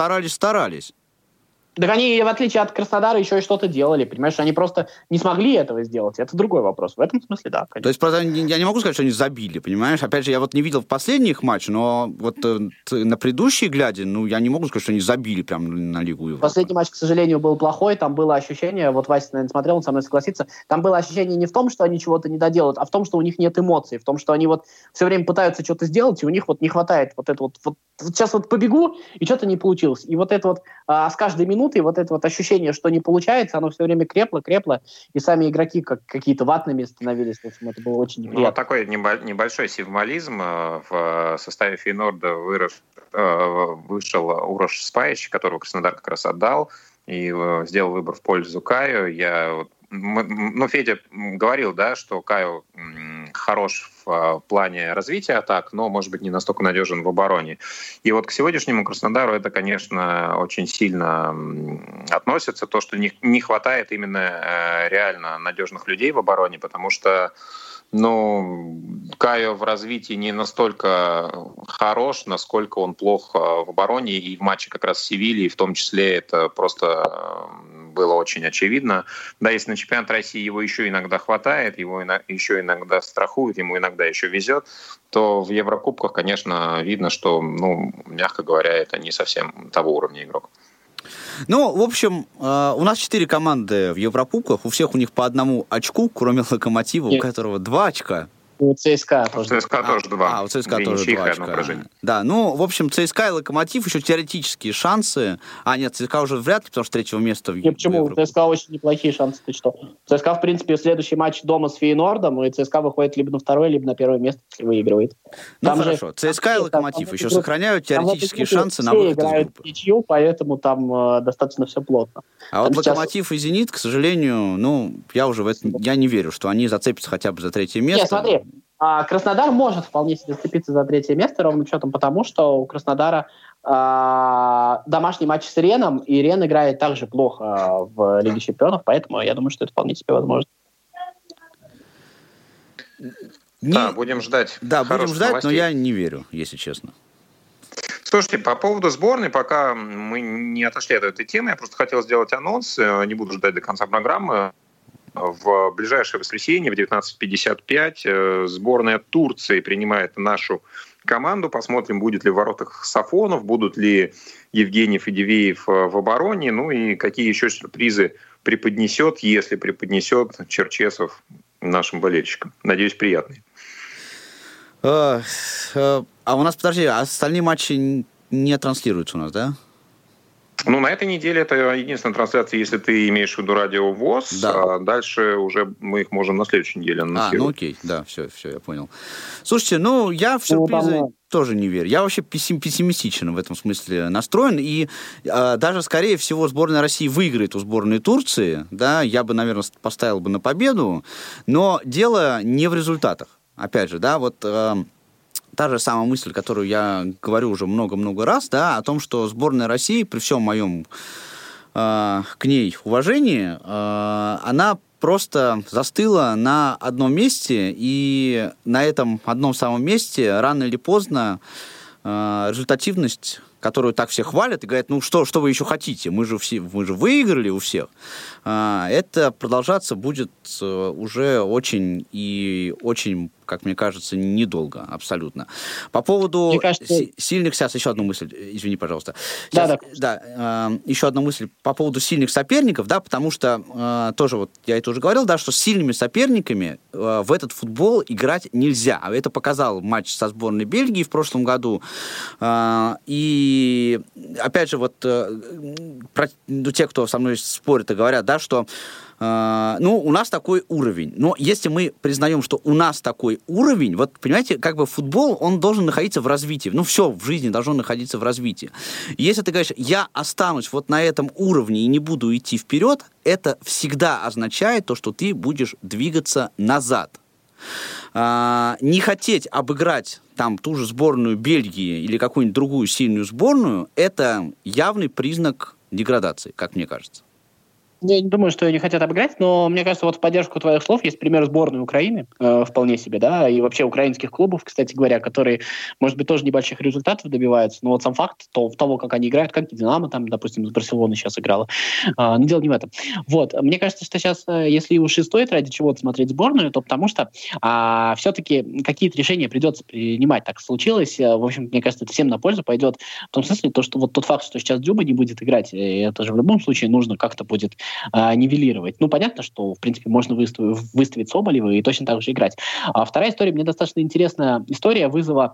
Так они, в отличие от Краснодара, еще и что-то делали, понимаешь? Они просто не смогли этого сделать. Это другой вопрос. В этом смысле, да, конечно. То есть, правда, я не могу сказать, что они забили, понимаешь? Опять же, я вот не видел в последних матчах, но вот на предыдущие глядя, ну, я не могу сказать, что они забили прям на Лигу Европы. Последний матч, к сожалению, был плохой. Там было ощущение, вот Вася, наверное, смотрел, он со мной согласится, там было ощущение не в том, что они чего-то не доделают, а в том, что у них нет эмоций, в том, что они вот все время пытаются что-то сделать, и у них вот не хватает вот это вот сейчас вот побегу, и что-то не получилось. И вот это вот с каждой минутой вот это вот ощущение, что не получается, оно все время крепло, и сами игроки как какие-то ватными становились. В общем, это было очень неприятно. Ну, такой небольшой символизм. В составе Фейнорда вышел Урош Спайч, которого Краснодар как раз отдал, и сделал выбор в пользу Каю. Федя говорил, да, что Каю хорош в плане развития атак, но, может быть, не настолько надежен в обороне. И вот к сегодняшнему Краснодару это, конечно, очень сильно относится, то, что не хватает именно реально надежных людей в обороне, потому что Кайо в развитии не настолько хорош, насколько он плох в обороне, и в матче как раз с Севильей в том числе это просто было очень очевидно. Да, если на чемпионат России его еще иногда хватает, его еще иногда страхуют, ему иногда еще везет, то в Еврокубках, конечно, видно, что, мягко говоря, это не совсем того уровня игрок. Ну, в общем, у нас 4 команды в Еврокубках, у всех у них по одному очку, кроме Локомотива, у которого 2 очка. У ЦСКА тоже. У ЦСКА тоже 2. У ЦСКА тоже 2 очка. Да, в общем, ЦСКА и Локомотив еще теоретические шансы. Нет, ЦСКА уже вряд ли, потому что 3-го места... Почему? У ЦСКА очень неплохие шансы. Ты что? ЦСКА, в принципе, следующий матч дома с Фейнордом, и ЦСКА выходит либо на 2-е, либо на 1-е место, если выигрывает. Хорошо. ЦСКА и Локомотив еще сохраняют теоретические шансы на выход из группы. Ничью, поэтому там достаточно все плотно. А вот Локомотив и Зенит, к сожалению, я уже в это... Я не верю, что они зацепятся хотя бы за 3-е место. Нет, смотри. Краснодар может вполне себе зацепиться за 3-е место, ровным счетом потому, что у Краснодара домашний матч с Реном, и Рен играет также плохо в Лиге Чемпионов, поэтому я думаю, что это вполне себе возможно. Да, будем ждать. Да, будем ждать, но я не верю, если честно. Слушайте, по поводу сборной, пока мы не отошли от этой темы, я просто хотел сделать анонс, не буду ждать до конца программы. В ближайшее воскресенье в 19:55 сборная Турции принимает нашу команду. Посмотрим, будет ли в воротах Сафонов, будут ли Евгеньев и Дивеев в обороне, и какие еще сюрпризы преподнесет, если преподнесет Черчесов нашим болельщикам. Надеюсь, приятные. А у нас, подожди, остальные матчи не транслируются у нас, да? Ну, на этой неделе это единственная трансляция, если ты имеешь в виду Радио ВОС, да. А дальше уже мы их можем на следующей неделе анонсировать. Ну окей, да, все, я понял. Слушайте, я в сюрпризы тоже не верю. Я вообще пессимистичен в этом смысле настроен, и даже, скорее всего, сборная России выиграет у сборной Турции, да, я бы, наверное, поставил бы на победу, но дело не в результатах. Опять же, да, вот... Та же самая мысль, которую я говорю уже много-много раз, да, о том, что сборная России, при всем моем к ней уважении, она просто застыла на одном месте, и на этом одном самом месте рано или поздно результативность, которую так все хвалят и говорят, что вы еще хотите, мы же выиграли у всех, это продолжаться будет уже очень и очень, как мне кажется, недолго, абсолютно. По поводу сильных... Сейчас еще одну мысль, извини, пожалуйста. Еще одна мысль по поводу сильных соперников, да, потому что тоже, вот я это уже говорил, да, что с сильными соперниками в этот футбол играть нельзя. Это показал матч со сборной Бельгии в прошлом году. И, опять же, вот те, кто со мной спорят и говорят, да, что у нас такой уровень. Но если мы признаем, что у нас такой уровень, вот, понимаете, как бы футбол, он должен находиться в развитии. Все в жизни должно находиться в развитии. И если ты говоришь, я останусь вот на этом уровне и не буду идти вперед, это всегда означает то, что ты будешь двигаться назад. Не хотеть обыграть там ту же сборную Бельгии или какую-нибудь другую сильную сборную, это явный признак деградации, как мне кажется. Я не думаю, что они хотят обыграть, но мне кажется, вот в поддержку твоих слов есть пример сборной Украины, вполне себе, да, и вообще украинских клубов, кстати говоря, которые, может быть, тоже небольших результатов добиваются, но вот сам факт того, как они играют, как Динамо, там, допустим, с Барселоной сейчас играла, но дело не в этом. Вот, мне кажется, что сейчас, если уж и стоит ради чего-то смотреть сборную, то потому что все-таки какие-то решения придется принимать. Так случилось, в общем, мне кажется, это всем на пользу пойдет, в том смысле, то, что вот тот факт, что сейчас Дзюба не будет играть, это же в любом случае нужно как-то будет нивелировать. Понятно, что, в принципе, можно выставить Соболева и точно так же играть. Вторая история, мне достаточно интересная история вызова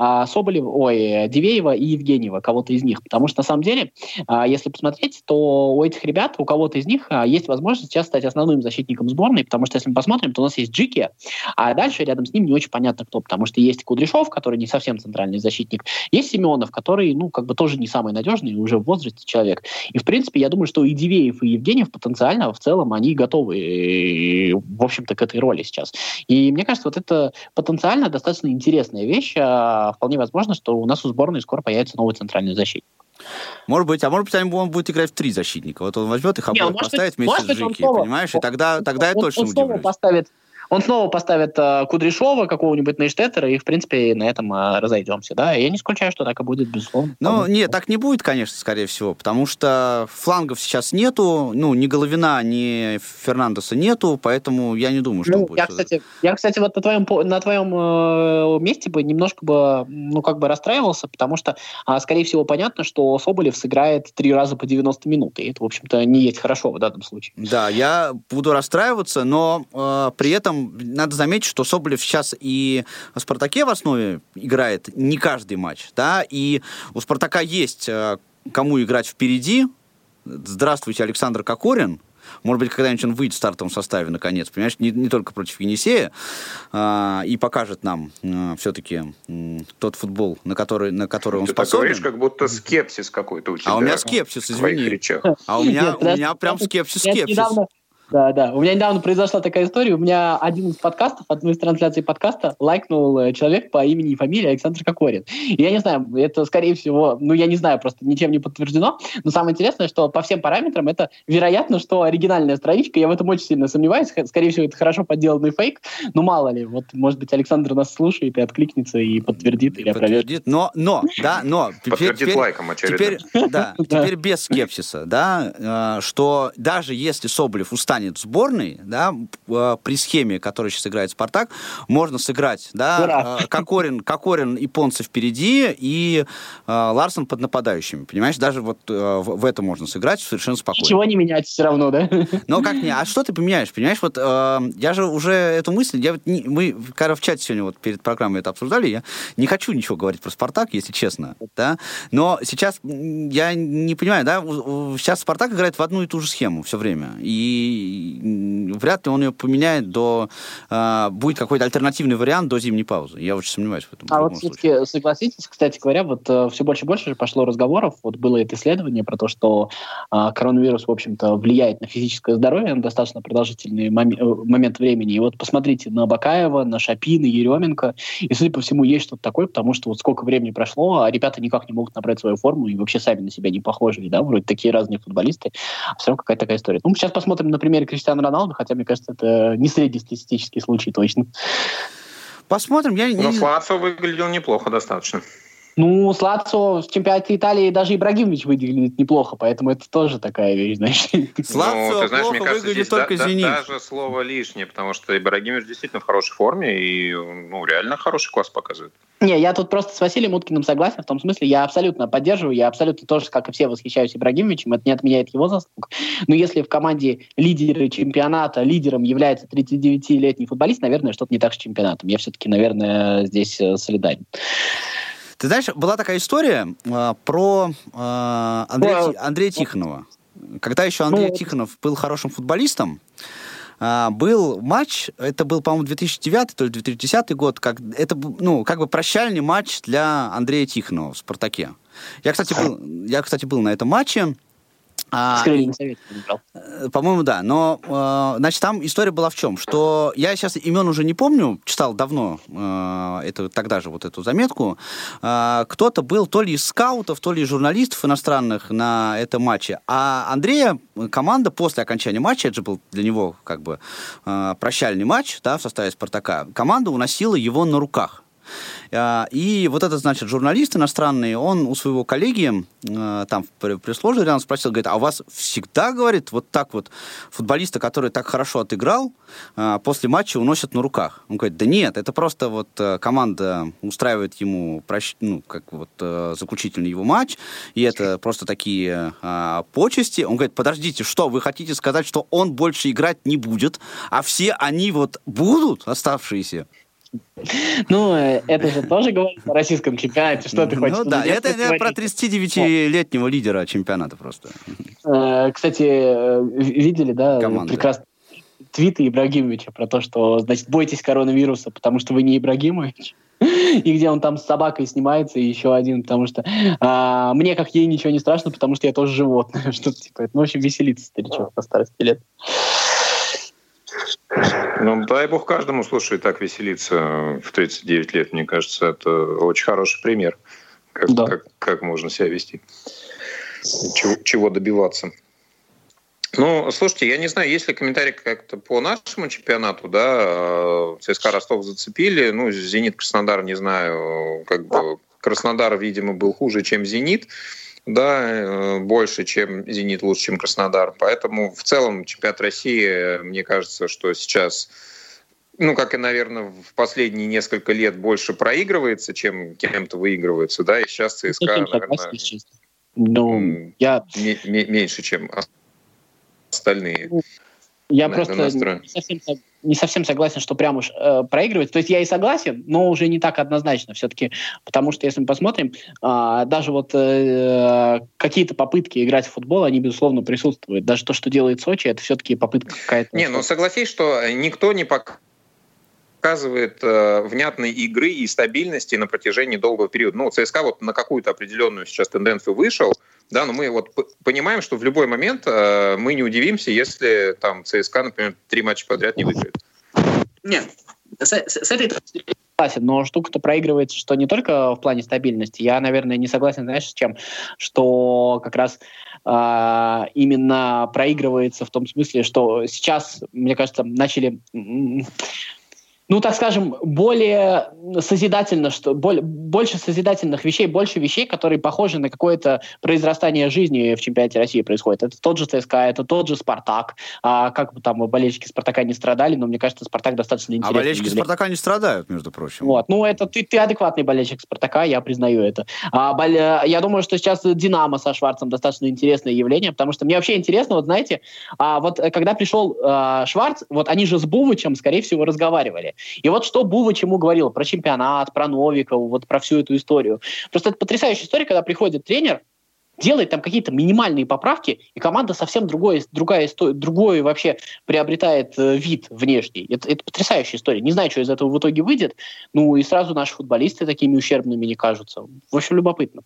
Дивеева и Евгеньева, кого-то из них. Потому что, на самом деле, если посмотреть, то у этих ребят, у кого-то из них есть возможность сейчас стать основным защитником сборной, потому что, если мы посмотрим, то у нас есть Джики, а дальше рядом с ним не очень понятно кто, потому что есть Кудряшов, который не совсем центральный защитник, есть Семенов, который, тоже не самый надежный, уже в возрасте человек. И, в принципе, я думаю, что и Дивеев, и Евгеньев потенциально в целом они готовы, в общем-то, к этой роли сейчас. И мне кажется, вот это потенциально достаточно интересная вещь. Вполне возможно, что у нас у сборной скоро появится новый центральный защитник. Может быть, он будет играть в 3 защитника. Вот он возьмет их обоих, поставит вместе с Джики, понимаешь? И тогда я точно удивлюсь. Он снова поставит Кудряшова, какого-нибудь Нейштеттера, и, в принципе, на этом разойдемся, да? Я не исключаю, что так и будет, безусловно. Нет, так не будет, конечно, скорее всего, потому что флангов сейчас нету, ни Головина, ни Фернандеса нету, поэтому я не думаю, что будет. Я, кстати, вот на твоем месте бы немножко бы, расстраивался, потому что, скорее всего, понятно, что Соболев сыграет 3 раза по 90 минут, и это, в общем-то, не есть хорошо в данном случае. Да, я буду расстраиваться, но при этом надо заметить, что Соболев сейчас и в «Спартаке» в основе играет не каждый матч, да, и у «Спартака» есть кому играть впереди. Здравствуйте, Александр Кокорин. Может быть, когда-нибудь он выйдет в стартовом составе, наконец, понимаешь, не только против Енисея, и покажет нам все-таки тот футбол, на который он способен. Ты так говоришь, как будто скепсис какой-то у тебя. А у меня скепсис, извини. А у меня прям скепсис. Да. У меня недавно произошла такая история. У меня одну из трансляций подкаста лайкнул человек по имени и фамилии Александр Кокорин. И я не знаю, это, скорее всего, я не знаю, просто ничем не подтверждено. Но самое интересное, что по всем параметрам это, вероятно, что оригинальная страничка. Я в этом очень сильно сомневаюсь. Скорее всего, это хорошо подделанный фейк. Но мало ли. Вот, может быть, Александр нас слушает и откликнется, и подтвердит, или опровергнет. Но. Подтвердит лайком очередным. Теперь без скепсиса, да, что даже если Соболев устанет станет сборной, да, при схеме, которая сейчас играет «Спартак», можно сыграть, да, Кокорин и Понце впереди, и Ларсон под нападающими, понимаешь? Даже вот в это можно сыграть совершенно спокойно. Ничего не менять все равно, да? Ну, как не? А что ты поменяешь? Понимаешь, вот я же уже эту мысль, мы, когда в чате сегодня вот перед программой это обсуждали, я не хочу ничего говорить про «Спартак», если честно, да, но сейчас я не понимаю, да, сейчас «Спартак» играет в одну и ту же схему все время, и вряд ли он ее поменяет будет какой-то альтернативный вариант до зимней паузы. Я очень сомневаюсь в этом. А вот все-таки согласитесь, кстати говоря, вот все больше и больше же пошло разговоров, вот было это исследование про то, что коронавирус, в общем-то, влияет на физическое здоровье на достаточно продолжительный момент времени. И вот посмотрите на Бакаева, на Шапи, на Еременко, и, судя по всему, есть что-то такое, потому что вот сколько времени прошло, а ребята никак не могут набрать свою форму и вообще сами на себя не похожи, да, вроде такие разные футболисты, а все равно какая-то такая история. Ну, сейчас посмотрим на примере Криштиану Роналду, хотя, мне кажется, это не среднестатистический случай точно. Посмотрим. Но Лацио выглядел неплохо достаточно. Ну, с Лацио в чемпионате Италии даже Ибрагимович выглядит неплохо, поэтому это тоже такая вещь, знаешь. С Лацио плохо выглядит только «Зенит». Даже слово лишнее, потому что Ибрагимович действительно в хорошей форме и реально хороший класс показывает. Не, я тут просто с Василием Уткиным согласен, в том смысле, я абсолютно поддерживаю, я абсолютно тоже, как и все, восхищаюсь Ибрагимовичем, это не отменяет его заслуг. Но если в команде лидеры чемпионата лидером является 39-летний футболист, наверное, что-то не так с чемпионатом. Я все-таки, наверное, здесь солидарен. Ты знаешь, была такая история про Андрея Тихонова. Когда еще Андрей Тихонов был хорошим футболистом, был матч, это был, по-моему, 2009, то ли 2010 год, это, как бы прощальный матч для Андрея Тихонова в «Спартаке». Я, кстати, был на этом матче. По-моему, да. Но, значит, там история была в чем? Что я сейчас имен уже не помню, читал давно тогда же вот эту заметку. Кто-то был то ли из скаутов, то ли из журналистов иностранных на этом матче. А Андрея команда после окончания матча, это же был для него как бы прощальный матч, да, в составе «Спартака», команда уносила его на руках. И вот этот, значит, журналист иностранный, он у своего коллеги там в пресс-ложе рядом спросил, говорит, а у вас всегда, говорит, вот так вот футболиста, который так хорошо отыграл, после матча уносят на руках? Он говорит, да нет, это просто вот команда устраивает ему заключительный его матч, и это просто такие почести. Он говорит, подождите, что, вы хотите сказать, что он больше играть не будет, а все они вот будут, оставшиеся? Ну, это же тоже говорит о российском чемпионате. Что ты хочешь? Ну да, это про 39-летнего лидера чемпионата просто. Кстати, видели, да, прекрасные твиты Ибрагимовича про то, что, значит, бойтесь коронавируса, потому что вы не Ибрагимович. И где он там с собакой снимается, и еще один, потому что мне, как ей, ничего не страшно, потому что я тоже животное. Что-то типа это. Ну, в общем, веселится старичок по старости лет. Ну, дай бог каждому, слушай, так веселиться в 39 лет. Мне кажется, это очень хороший пример, как можно себя вести, чего добиваться. Ну, слушайте, я не знаю, есть ли комментарий как-то по нашему чемпионату, да, ЦСКА Ростов зацепили, ну, Зенит, Краснодар, не знаю, как бы Краснодар, видимо, был хуже, чем Зенит, да, больше, чем Зенит, лучше, чем Краснодар, поэтому в целом чемпионат России, мне кажется, что сейчас, ну, как и, наверное, в последние несколько лет больше проигрывается, чем кем-то выигрывается, да, и сейчас ЦСКА, наверное, меньше, чем остальные. Я просто не совсем согласен, что прям уж проигрывать. То есть я и согласен, но уже не так однозначно все-таки. Потому что, если мы посмотрим, даже вот какие-то попытки играть в футбол, они, безусловно, присутствуют. Даже то, что делает Сочи, это все-таки попытка какая-то. Не, ну согласись, что никто не показывает внятной игры и стабильности на протяжении долгого периода. Ну, ЦСКА вот на какую-то определенную сейчас тенденцию вышел, да, но мы вот понимаем, что в любой момент мы не удивимся, если там ЦСКА, например, 3 матча подряд не выиграет. Нет, с этой согласен, но штука-то проигрывается, что не только в плане стабильности. Я, наверное, не согласен, знаешь, с чем? Что как раз именно проигрывается в том смысле, что сейчас, мне кажется, начали... ну, так скажем, более созидательно, больше созидательных вещей, больше вещей, которые похожи на какое-то произрастание жизни в чемпионате России происходит. Это тот же ЦСКА, это тот же Спартак. Как бы там болельщики Спартака не страдали, но мне кажется, Спартак достаточно интересный. А болельщики Спартака не страдают, между прочим. Вот. Ну, это ты адекватный болельщик Спартака, я признаю это. Я думаю, что сейчас Динамо со Шварцем достаточно интересное явление, потому что мне вообще интересно, вот знаете, вот когда пришел Шварц, вот они же с Бувычем, скорее всего, разговаривали. И вот что Бувыч ему говорил про чемпионат, про Новикова, вот про всю эту историю. Просто это потрясающая история, когда приходит тренер, делает там какие-то минимальные поправки, и команда совсем другой вообще приобретает вид внешний. Это потрясающая история. Не знаю, что из этого в итоге выйдет. Ну и сразу наши футболисты такими ущербными не кажутся. В общем, любопытно.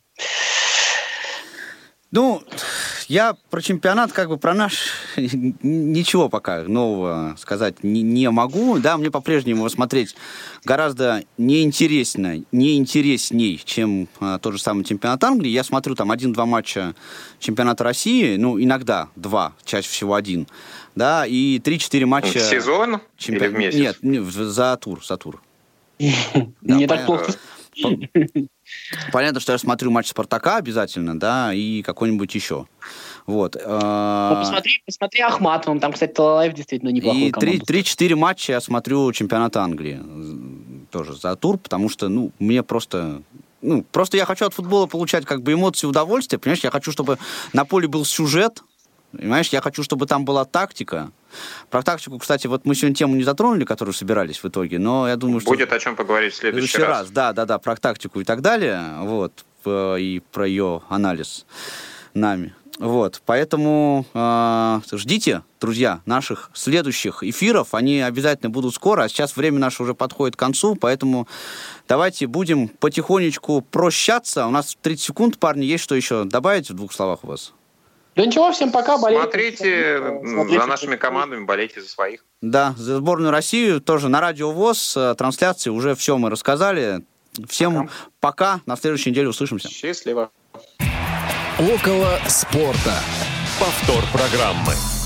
Ну, я про чемпионат, как бы про наш, ничего пока нового сказать не могу. Да, мне по-прежнему его смотреть гораздо неинтересней, чем тот же самый чемпионат Англии. Я смотрю там 1-2 матча чемпионата России, ну, иногда 2, чаще всего 1, да, и 3-4 матча... В сезон или в месяц? Нет, за тур. Не так плохо. Понятно, что я смотрю матч Спартака обязательно, да, и какой-нибудь еще. Вот. Посмотри Ахмат, он там, кстати, Талалаев действительно неплохой команду. И 3-4 матча я смотрю чемпионат Англии тоже за тур, потому что, мне просто я хочу от футбола получать как бы эмоции, удовольствие, понимаешь, я хочу, чтобы на поле был сюжет, понимаешь, я хочу, чтобы там была тактика. Про тактику, кстати, вот мы сегодня тему не затронули, которую собирались в итоге, но я думаю, что... Будет о чем поговорить в следующий раз. Да, про тактику и так далее, вот, и про ее анализ нами. Вот, поэтому ждите, друзья, наших следующих эфиров, они обязательно будут скоро, а сейчас время наше уже подходит к концу, поэтому давайте будем потихонечку прощаться. У нас 30 секунд, парни, есть что еще добавить в 2 словах у вас? Да ничего, всем пока, болейте. Смотрите за нашими командами, болейте за своих. Да, за сборную России тоже на Радио ВОС, трансляции, уже все мы рассказали. Всем пока, на следующей неделе услышимся. Счастливо. Около спорта. Повтор программы.